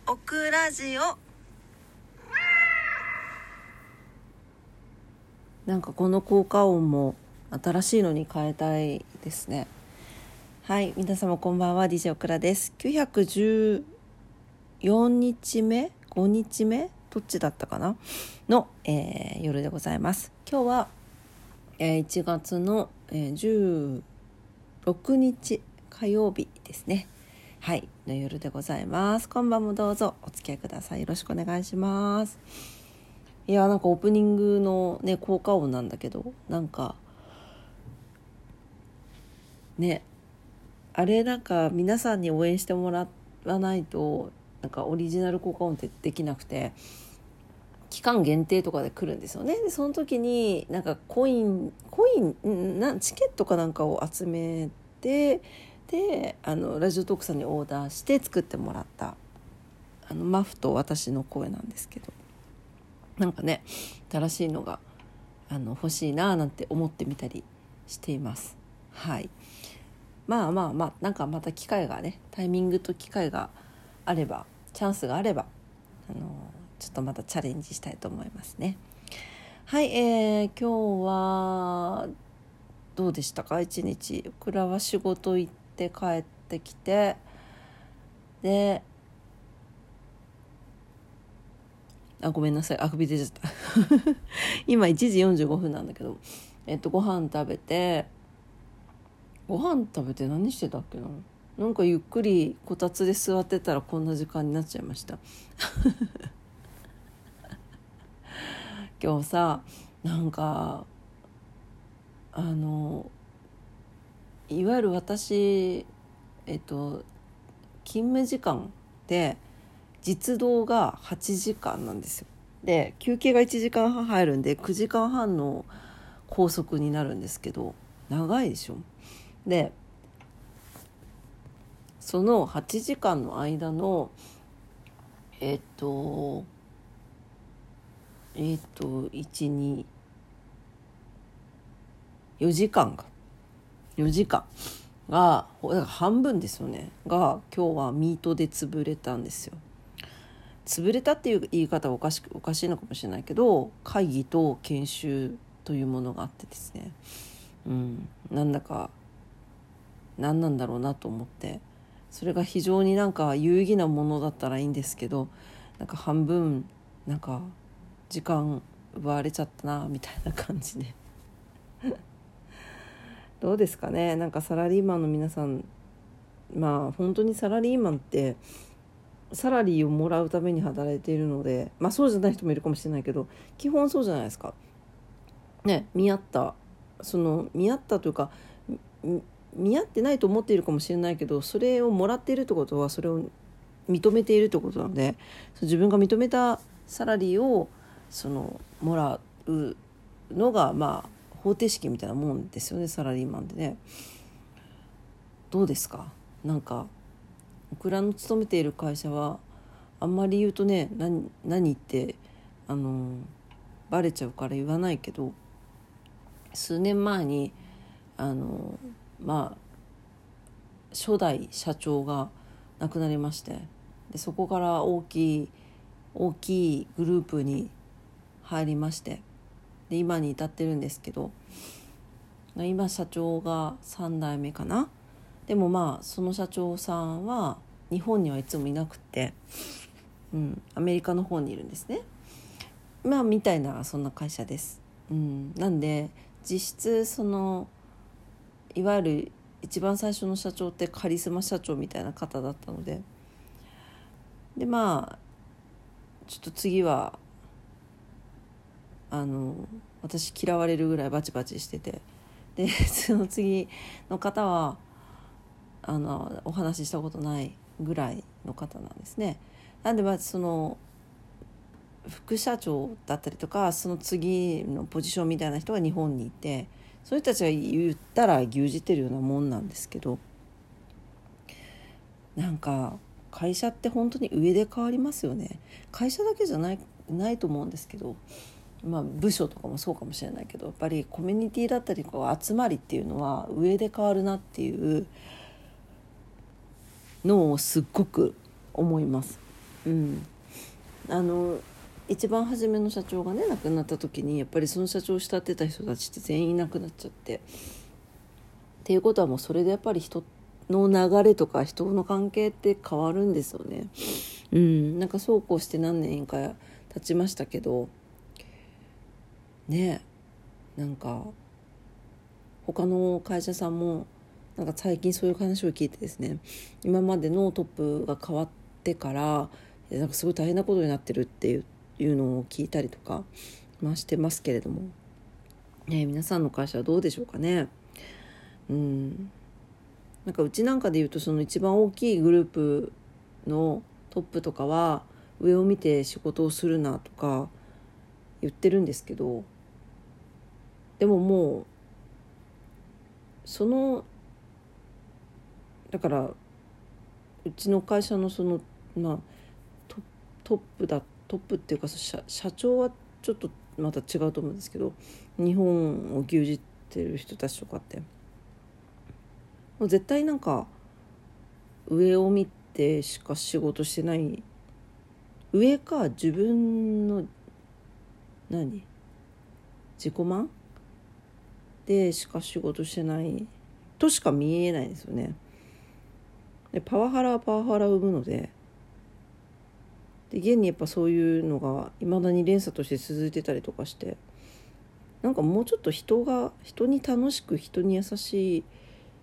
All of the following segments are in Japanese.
オクラジオ。なんかこの効果音も新しいのに変えたいですね。はい、皆様こんばんは、DJ オクラです。914日目5日目どっちだったかなの、夜でございます。今日は、1月の、16日火曜日ですね。はいの夜でございます。今晩もどうぞお付き合いください。よろしくお願いします。いや、なんかオープニングのね効果音なんだけど、なんかね、あれなんか皆さんに応援してもらわないとなんかオリジナル効果音ってできなくて、期間限定とかで来るんですよね。でその時になんかコインチケットかなんかを集めて、でラジオトークさんにオーダーして作ってもらったマフと私の声なんですけど、なんかね新しいのが欲しいななんて思ってみたりしています。はい、まあなんかまた機会がね、タイミングと機会があれば、チャンスがあればちょっとまたチャレンジしたいと思いますね。はい、今日はどうでしたか？一日。オクラは仕事行って帰ってきて、でごめんなさい、あくび出ちゃった今1時45分なんだけど、ご飯食べて何してたっけな。なんかゆっくりこたつで座ってたらこんな時間になっちゃいました今日さ、なんかいわゆる私勤務時間で実働が8時間なんですよ。で休憩が1時間半入るんで9時間半の拘束になるんですけど、長いでしょ。でその8時間の間の1、2、4時間がだから半分ですよね、が今日はミートで潰れたんですよ。潰れたっていう言い方はおかしいのかもしれないけど、会議と研修というものがあってですね、なんだか何なんだろうなと思って、それが非常になんか有意義なものだったらいいんですけど、なんか半分なんか時間奪われちゃったなみたいな感じでどうですかね。なんかサラリーマンの皆さん、本当にサラリーマンってサラリーをもらうために働いているので、そうじゃない人もいるかもしれないけど、基本そうじゃないですかね。見合ったというか、見合ってないと思っているかもしれないけど、それをもらっているってことはそれを認めているってことなので、自分が認めたサラリーをもらうのが方程式みたいなもんですよね、サラリーマンでね。どうですか？なんかオクラの勤めている会社はあんまり言うとね、何ってバレちゃうから言わないけど、数年前に初代社長が亡くなりまして、でそこから大きいグループに入りまして、で今に至ってるんですけど、今社長が3代目かな。でもその社長さんは日本にはいつもいなくて、アメリカの方にいるんですね。みたいなそんな会社です。なんで実質いわゆる一番最初の社長ってカリスマ社長みたいな方だったので、ちょっと次は私嫌われるぐらいバチバチしてて、でその次の方はお話ししたことないぐらいの方なんですね。なんで副社長だったりとか、その次のポジションみたいな人が日本にいて、そういう人たちが言ったら牛耳ってるようなもんなんですけど、なんか会社って本当に上で変わりますよね。会社だけじゃないと思うんですけど、部署とかもそうかもしれないけど、やっぱりコミュニティだったり集まりっていうのは上で変わるなっていうのをすっごく思います。 一番初めの社長がね亡くなった時にやっぱりその社長を慕ってた人たちって全員いなくなっちゃってっていうことはもうそれでやっぱり人の流れとか人の関係って変わるんですよね。なんかそうこうして何年か経ちましたけどね、なんか他の会社さんもなんか最近そういう話を聞いてですね、今までのトップが変わってからなんかすごい大変なことになってるっていうのを聞いたりとか、してますけれども、皆さんの会社はどうでしょうかね。なんかうちなんかで言うとその一番大きいグループのトップとかは上を見て仕事をするなとか言ってるんですけど、でももうそのだからうちの会社のそのトップっていうか社長はちょっとまた違うと思うんですけど、日本を牛耳ってる人たちとかってもう絶対なんか上を見てしか仕事してない、上か自分の自己満でしか仕事してないとしか見えないですよね。でパワハラはパワハラを生むので、現にやっぱそういうのがいまだに連鎖として続いてたりとかして、なんかもうちょっと人に楽しく人に優しい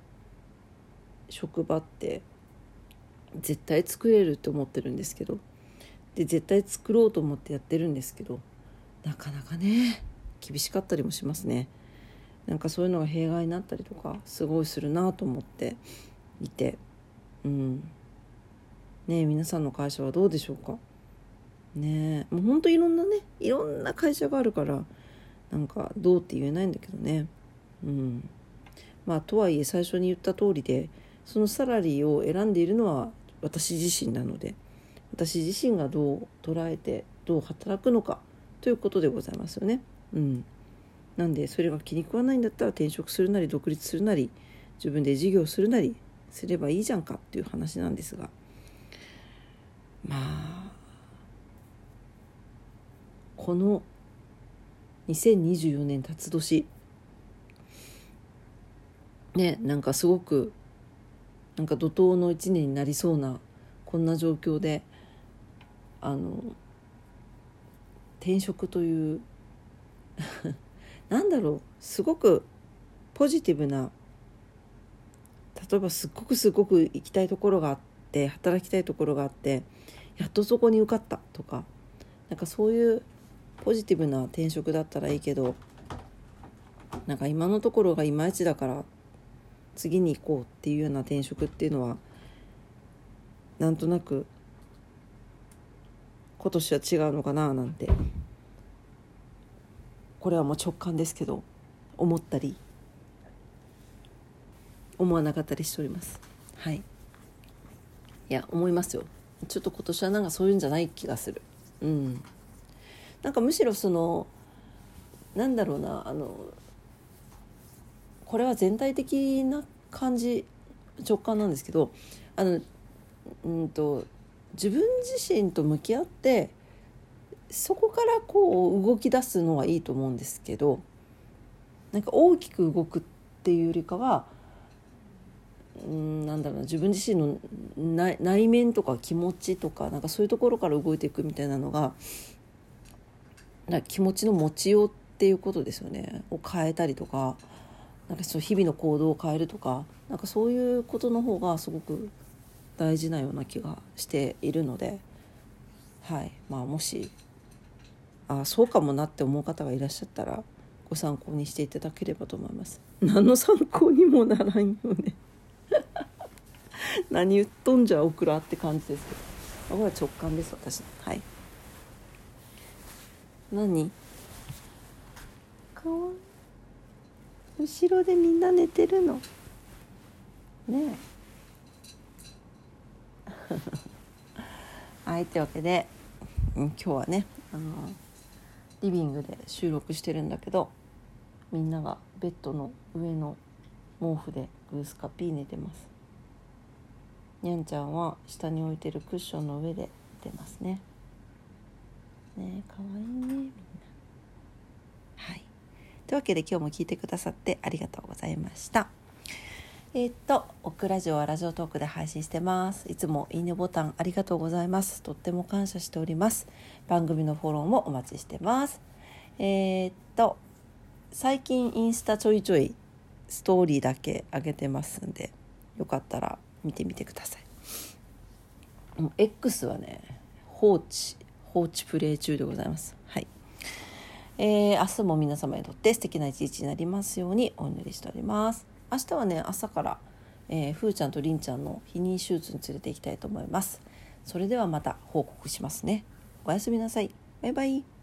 職場って絶対作れるって思ってるんですけど、で絶対作ろうと思ってやってるんですけど、なかなかね厳しかったりもしますね。なんかそういうのが弊害になったりとかすごいするなと思っていて、皆さんの会社はどうでしょうかね。もうほんといろんな会社があるからなんかどうって言えないんだけどね。とはいえ最初に言った通りで、そのサラリーを選んでいるのは私自身なので、私自身がどう捉えてどう働くのかということでございますよね。なんでそれが気に食わないんだったら転職するなり独立するなり自分で事業するなりすればいいじゃんかっていう話なんですが、この2024年辰年ね、なんかすごくなんか怒涛の一年になりそうなこんな状況で転職というすごくポジティブな、例えばすっごく行きたいところがあって働きたいところがあってやっとそこに受かったとか、なんかそういうポジティブな転職だったらいいけど、なんか今のところがいまいちだから次に行こうっていうような転職っていうのはなんとなく今年は違うのかななんて、これはもう直感ですけど思ったり思わなかったりしております。いや思いますよ。ちょっと今年はなんかそういうんじゃない気がする。なんかむしろそのこれは全体的な感じ直感なんですけど、自分自身と向き合ってそこからこう動き出すのはいいと思うんですけど、なんか大きく動くっていうよりかは自分自身の内面とか気持ちとかなんかそういうところから動いていくみたいなのが、気持ちの持ちようっていうことですよね。を変えたりとか、なんかそう日々の行動を変えるとか、なんかそういうことの方がすごく大事なような気がしているので、もしそうかもなって思う方がいらっしゃったらご参考にしていただければと思います。何の参考にもならんよね何言っとんじゃオクラって感じですけど、これは直感です私。何かわいい、後ろでみんな寝てるのねえというわけで、今日はねリビングで収録してるんだけど、みんながベッドの上の毛布でグースカピー寝てます。にゃんちゃんは下に置いてるクッションの上でてますね。ね、かわいいねみんな。はい。というわけで今日も聞いてくださってありがとうございました。オクラジオはラジオトークで配信してます。いつもいいねボタンありがとうございます。とっても感謝しております。番組のフォローもお待ちしてます。最近インスタちょいちょいストーリーだけ上げてますんで、よかったら見てみてください。もう X はね、放置プレイ中でございます。はい。明日も皆様にとって素敵な一日になりますようにお祈りしております。明日はね、朝から、ふーちゃんとりんちゃんの避妊手術に連れて行きたいと思います。それではまた報告しますね。おやすみなさい。バイバイ。